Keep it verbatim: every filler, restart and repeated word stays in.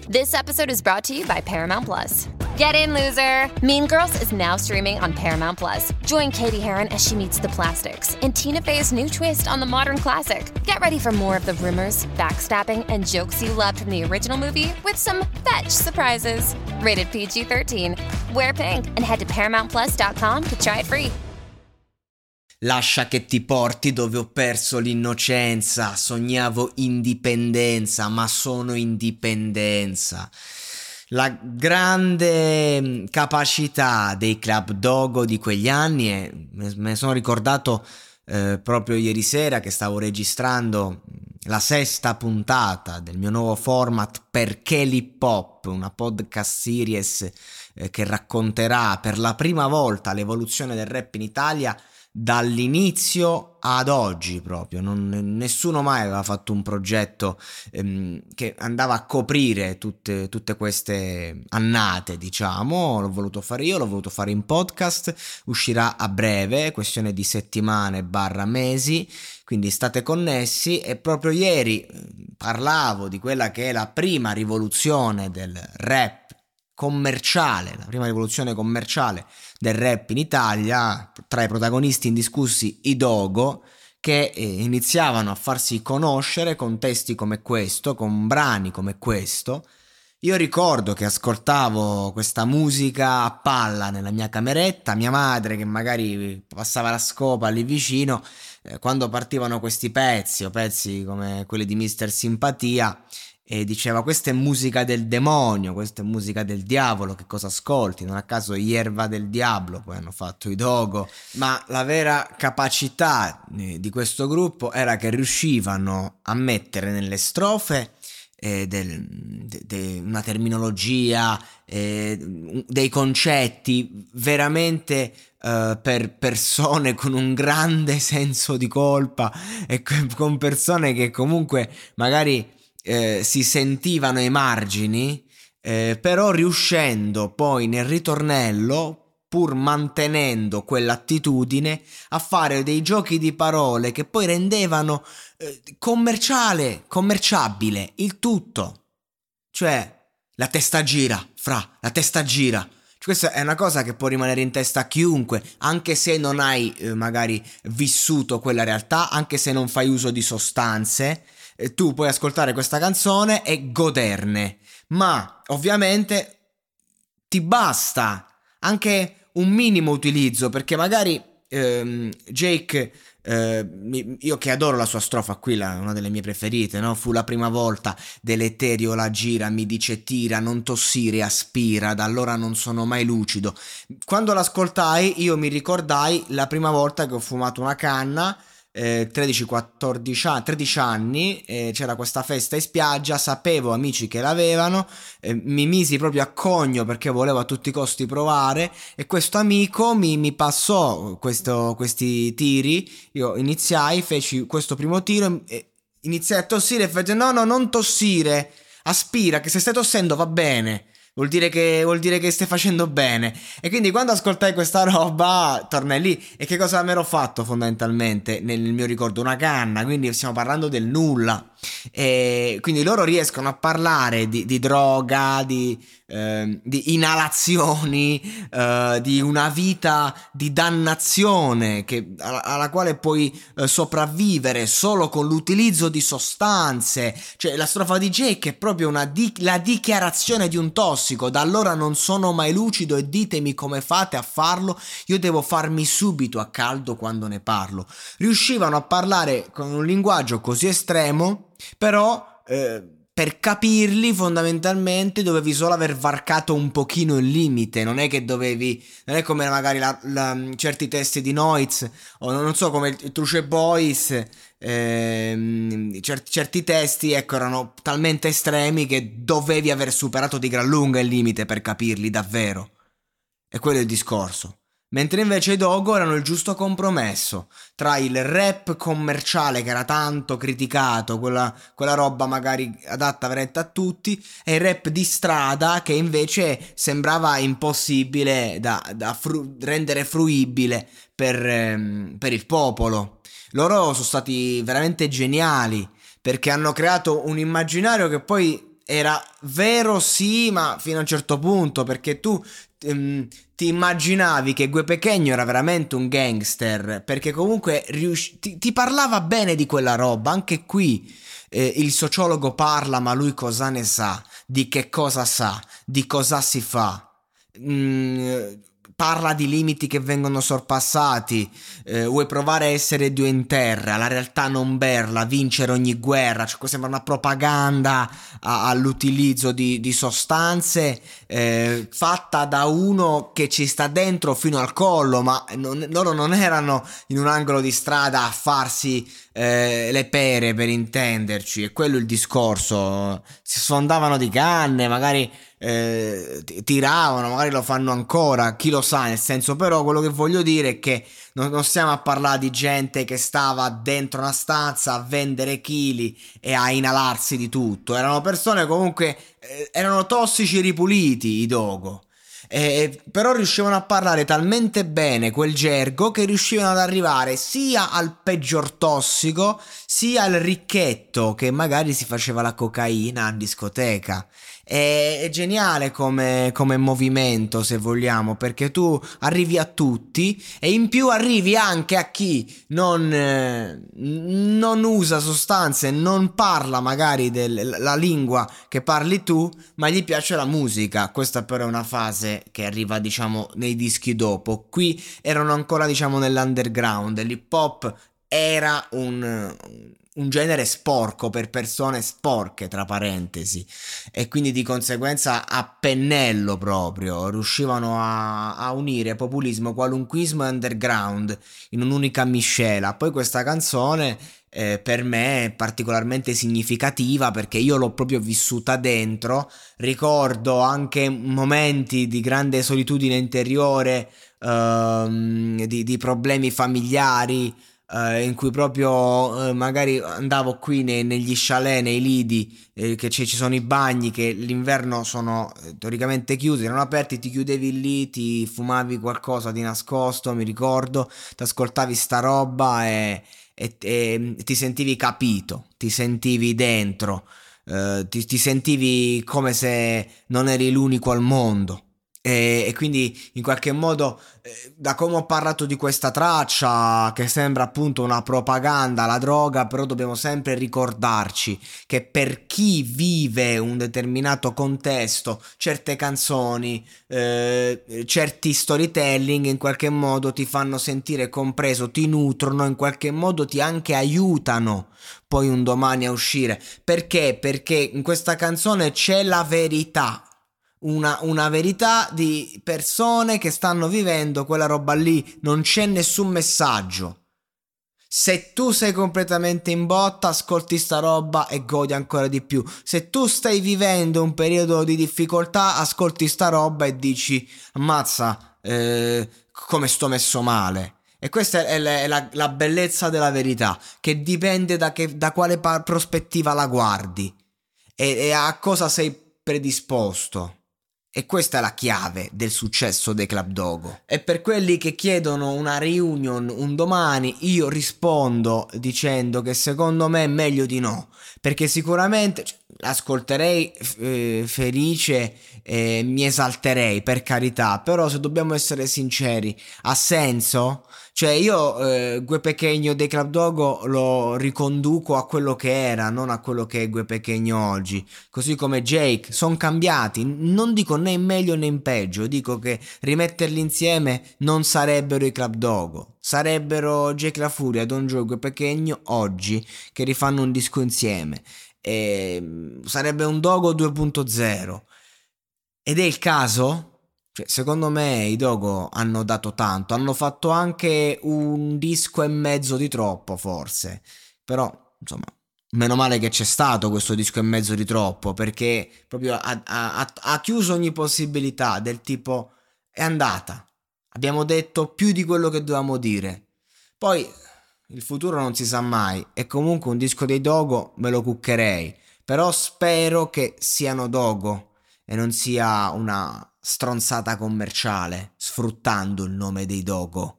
This episode is brought to you by Paramount Plus. Get in, loser! Mean Girls is now streaming on Paramount Plus. Join Katie Heron as she meets the plastics in Tina Fey's new twist on the modern classic. Get ready for more of the rumors, backstabbing, and jokes you loved from the original movie with some fetch surprises. Rated P G thirteen. Wear pink and head to paramount plus dot com to try it free. Lascia che ti porti dove ho perso l'innocenza, sognavo indipendenza, ma sono indipendenza. La grande capacità dei Club Dogo di quegli anni, e me ne sono ricordato eh, proprio ieri sera che stavo registrando la sesta puntata del mio nuovo format Perché l'hip hop, una podcast series eh, che racconterà per la prima volta l'evoluzione del rap in Italia dall'inizio ad oggi proprio. Non, nessuno mai aveva fatto un progetto ehm, che andava a coprire tutte, tutte queste annate, diciamo. L'ho voluto fare io, l'ho voluto fare in podcast, uscirà a breve, questione di settimane barra mesi, quindi state connessi. E proprio ieri parlavo di quella che è la prima rivoluzione del rap commerciale, la prima rivoluzione commerciale del rap in Italia, tra i protagonisti indiscussi i Dogo, che eh, iniziavano a farsi conoscere con testi come questo, con brani come questo. Io ricordo che ascoltavo questa musica a palla nella mia cameretta, mia madre che magari passava la scopa lì vicino, eh, quando partivano questi pezzi o pezzi come quelli di mister Simpatia, e diceva: questa è musica del demonio, questa è musica del diavolo, che cosa ascolti? Non a caso Yerba del Diablo poi hanno fatto i Dogo. Ma la vera capacità di questo gruppo era che riuscivano a mettere nelle strofe eh, del, de, de, una terminologia, eh, dei concetti veramente Uh, per persone con un grande senso di colpa e con persone che comunque magari Eh, si sentivano ai margini, eh, però riuscendo poi nel ritornello, pur mantenendo quell'attitudine, a fare dei giochi di parole che poi rendevano eh, commerciale, commerciabile il tutto. Cioè, la testa gira, fra, la testa gira. Questa è una cosa che può rimanere in testa a chiunque, anche se non hai eh, magari vissuto quella realtà, anche se non fai uso di sostanze. Tu puoi ascoltare questa canzone e goderne, ma ovviamente ti basta anche un minimo utilizzo, perché magari ehm, Jake, eh, io che adoro la sua strofa qui, la, una delle mie preferite, no? Fu la prima volta deleterio la gira, mi dice tira, non tossire, aspira, da allora non sono mai lucido. Quando l'ascoltai io mi ricordai la prima volta che ho fumato una canna, Eh, tredici quattordici anni, tredici anni, eh, c'era questa festa in spiaggia, sapevo amici che l'avevano, eh, mi misi proprio a cogno perché volevo a tutti i costi provare, e questo amico mi, mi passò questo, questi tiri. Io iniziai, feci questo primo tiro e iniziai a tossire e fece: no no non tossire, aspira, che se stai tossendo va bene, Vuol dire che vuol dire che stai facendo bene. E quindi quando ascoltai questa roba tornai lì. E che cosa mi ero fatto fondamentalmente nel mio ricordo? Una canna. Quindi stiamo parlando del nulla. E quindi loro riescono a parlare di, di droga, di, eh, di inalazioni, eh, di una vita di dannazione che, alla, alla quale puoi eh, sopravvivere solo con l'utilizzo di sostanze. Cioè la strofa di Jake è proprio una di- la dichiarazione di un tossico. Da allora non sono mai lucido e ditemi come fate a farlo, io devo farmi subito a caldo quando ne parlo. Riuscivano a parlare con un linguaggio così estremo, però eh, per capirli fondamentalmente dovevi solo aver varcato un pochino il limite. Non è che dovevi, non è come magari la, la, certi testi di Noiz o non so, come il Truce Boys. Eh, certi, certi testi, ecco, erano talmente estremi che dovevi aver superato di gran lunga il limite per capirli davvero. E quello è il discorso. Mentre invece i Dogo erano il giusto compromesso tra il rap commerciale, che era tanto criticato, quella, quella roba magari adatta veramente a tutti, e il rap di strada, che invece sembrava impossibile da, da fru- rendere fruibile per, ehm, per il popolo. Loro sono stati veramente geniali, perché hanno creato un immaginario che poi era vero sì, ma fino a un certo punto, perché tu ehm, ti immaginavi che Gue Pequeno era veramente un gangster, perché comunque rius- ti, ti parlava bene di quella roba. Anche qui eh, il sociologo parla, ma lui cosa ne sa? Di che cosa sa? Di cosa si fa? Mm, parla di limiti che vengono sorpassati. Eh, vuoi provare a essere Dio in terra, la realtà non berla, vincere ogni guerra. Cioè, sembra una propaganda a- all'utilizzo di, di sostanze eh, fatta da uno che ci sta dentro fino al collo, ma non- loro non erano in un angolo di strada a farsi eh, le pere, per intenderci. È quello il discorso. Si sfondavano di canne, magari eh, ti- tiravano, magari lo fanno ancora, chi lo sa, nel senso. Però quello che voglio dire è che non, non stiamo a parlare di gente che stava dentro una stanza a vendere chili e a inalarsi di tutto. Erano persone comunque, eh, erano tossici ripuliti i dogo. Eh, però riuscivano a parlare talmente bene quel gergo che riuscivano ad arrivare sia al peggior tossico sia al ricchetto che magari si faceva la cocaina a discoteca. È, è geniale come, come movimento, se vogliamo, perché tu arrivi a tutti e in più arrivi anche a chi non, eh, non usa sostanze, non parla magari della lingua che parli tu, ma gli piace la musica. Questa però è una fase che arriva, diciamo, nei dischi dopo. Qui erano ancora, diciamo, nell'underground. L'hip hop era un, un genere sporco per persone sporche, tra parentesi, e quindi di conseguenza a pennello proprio riuscivano a, a unire populismo, qualunquismo e underground in un'unica miscela. Poi questa canzone eh, per me è particolarmente significativa perché io l'ho proprio vissuta dentro. Ricordo anche momenti di grande solitudine interiore, ehm, di, di problemi familiari, eh, in cui proprio eh, magari andavo qui nei- negli chalet, nei lidi, eh, che ci ci sono i bagni che l'inverno sono eh, teoricamente chiusi, erano aperti, ti chiudevi lì, ti fumavi qualcosa di nascosto, mi ricordo, ti ascoltavi sta roba e, e- e ti sentivi capito, ti sentivi dentro, eh, ti, ti sentivi come se non eri l'unico al mondo. E, e quindi in qualche modo, eh, da come ho parlato di questa traccia, che sembra appunto una propaganda alla droga, però dobbiamo sempre ricordarci che per chi vive un determinato contesto, certe canzoni, eh, certi storytelling in qualche modo ti fanno sentire compreso, ti nutrono, in qualche modo ti anche aiutano poi un domani a uscire. Perché? Perché in questa canzone c'è la verità. Una, una verità di persone che stanno vivendo quella roba lì, non c'è nessun messaggio. Se tu sei completamente in botta, ascolti sta roba e godi ancora di più. Se tu stai vivendo un periodo di difficoltà, ascolti sta roba e dici: ammazza, eh, come sto messo male. E questa è la, è la- la bellezza della verità, che dipende da, che- da quale pa- prospettiva la guardi e, e a cosa sei predisposto. E questa è la chiave del successo dei Club Dogo. E per quelli che chiedono una reunion un domani, io rispondo dicendo che secondo me è meglio di no. Perché sicuramente cioè, ascolterei eh, felice e mi esalterei, per carità. Però se dobbiamo essere sinceri, ha senso? Cioè io eh, Gue Pequeno dei Club Dogo lo riconduco a quello che era, non a quello che è Gue Pequeno oggi. Così come Jake, sono cambiati. Non dico né in meglio né in peggio, dico che rimetterli insieme non sarebbero i Club Dogo, sarebbero Jake La Furia, Don Joe e Gue Pequeno oggi che rifanno un disco insieme. E sarebbe un Dogo due punto zero. Ed è il caso? Cioè, secondo me i Dogo hanno dato tanto, hanno fatto anche un disco e mezzo di troppo, forse. Però, insomma, meno male che c'è stato questo disco e mezzo di troppo, perché proprio ha, ha- ha- ha chiuso ogni possibilità, del tipo è andata. Abbiamo detto più di quello che dovevamo dire. Poi il futuro non si sa mai, e comunque un disco dei Dogo me lo cuccherei. Però spero che siano Dogo e non sia una stronzata commerciale sfruttando il nome dei Dogo.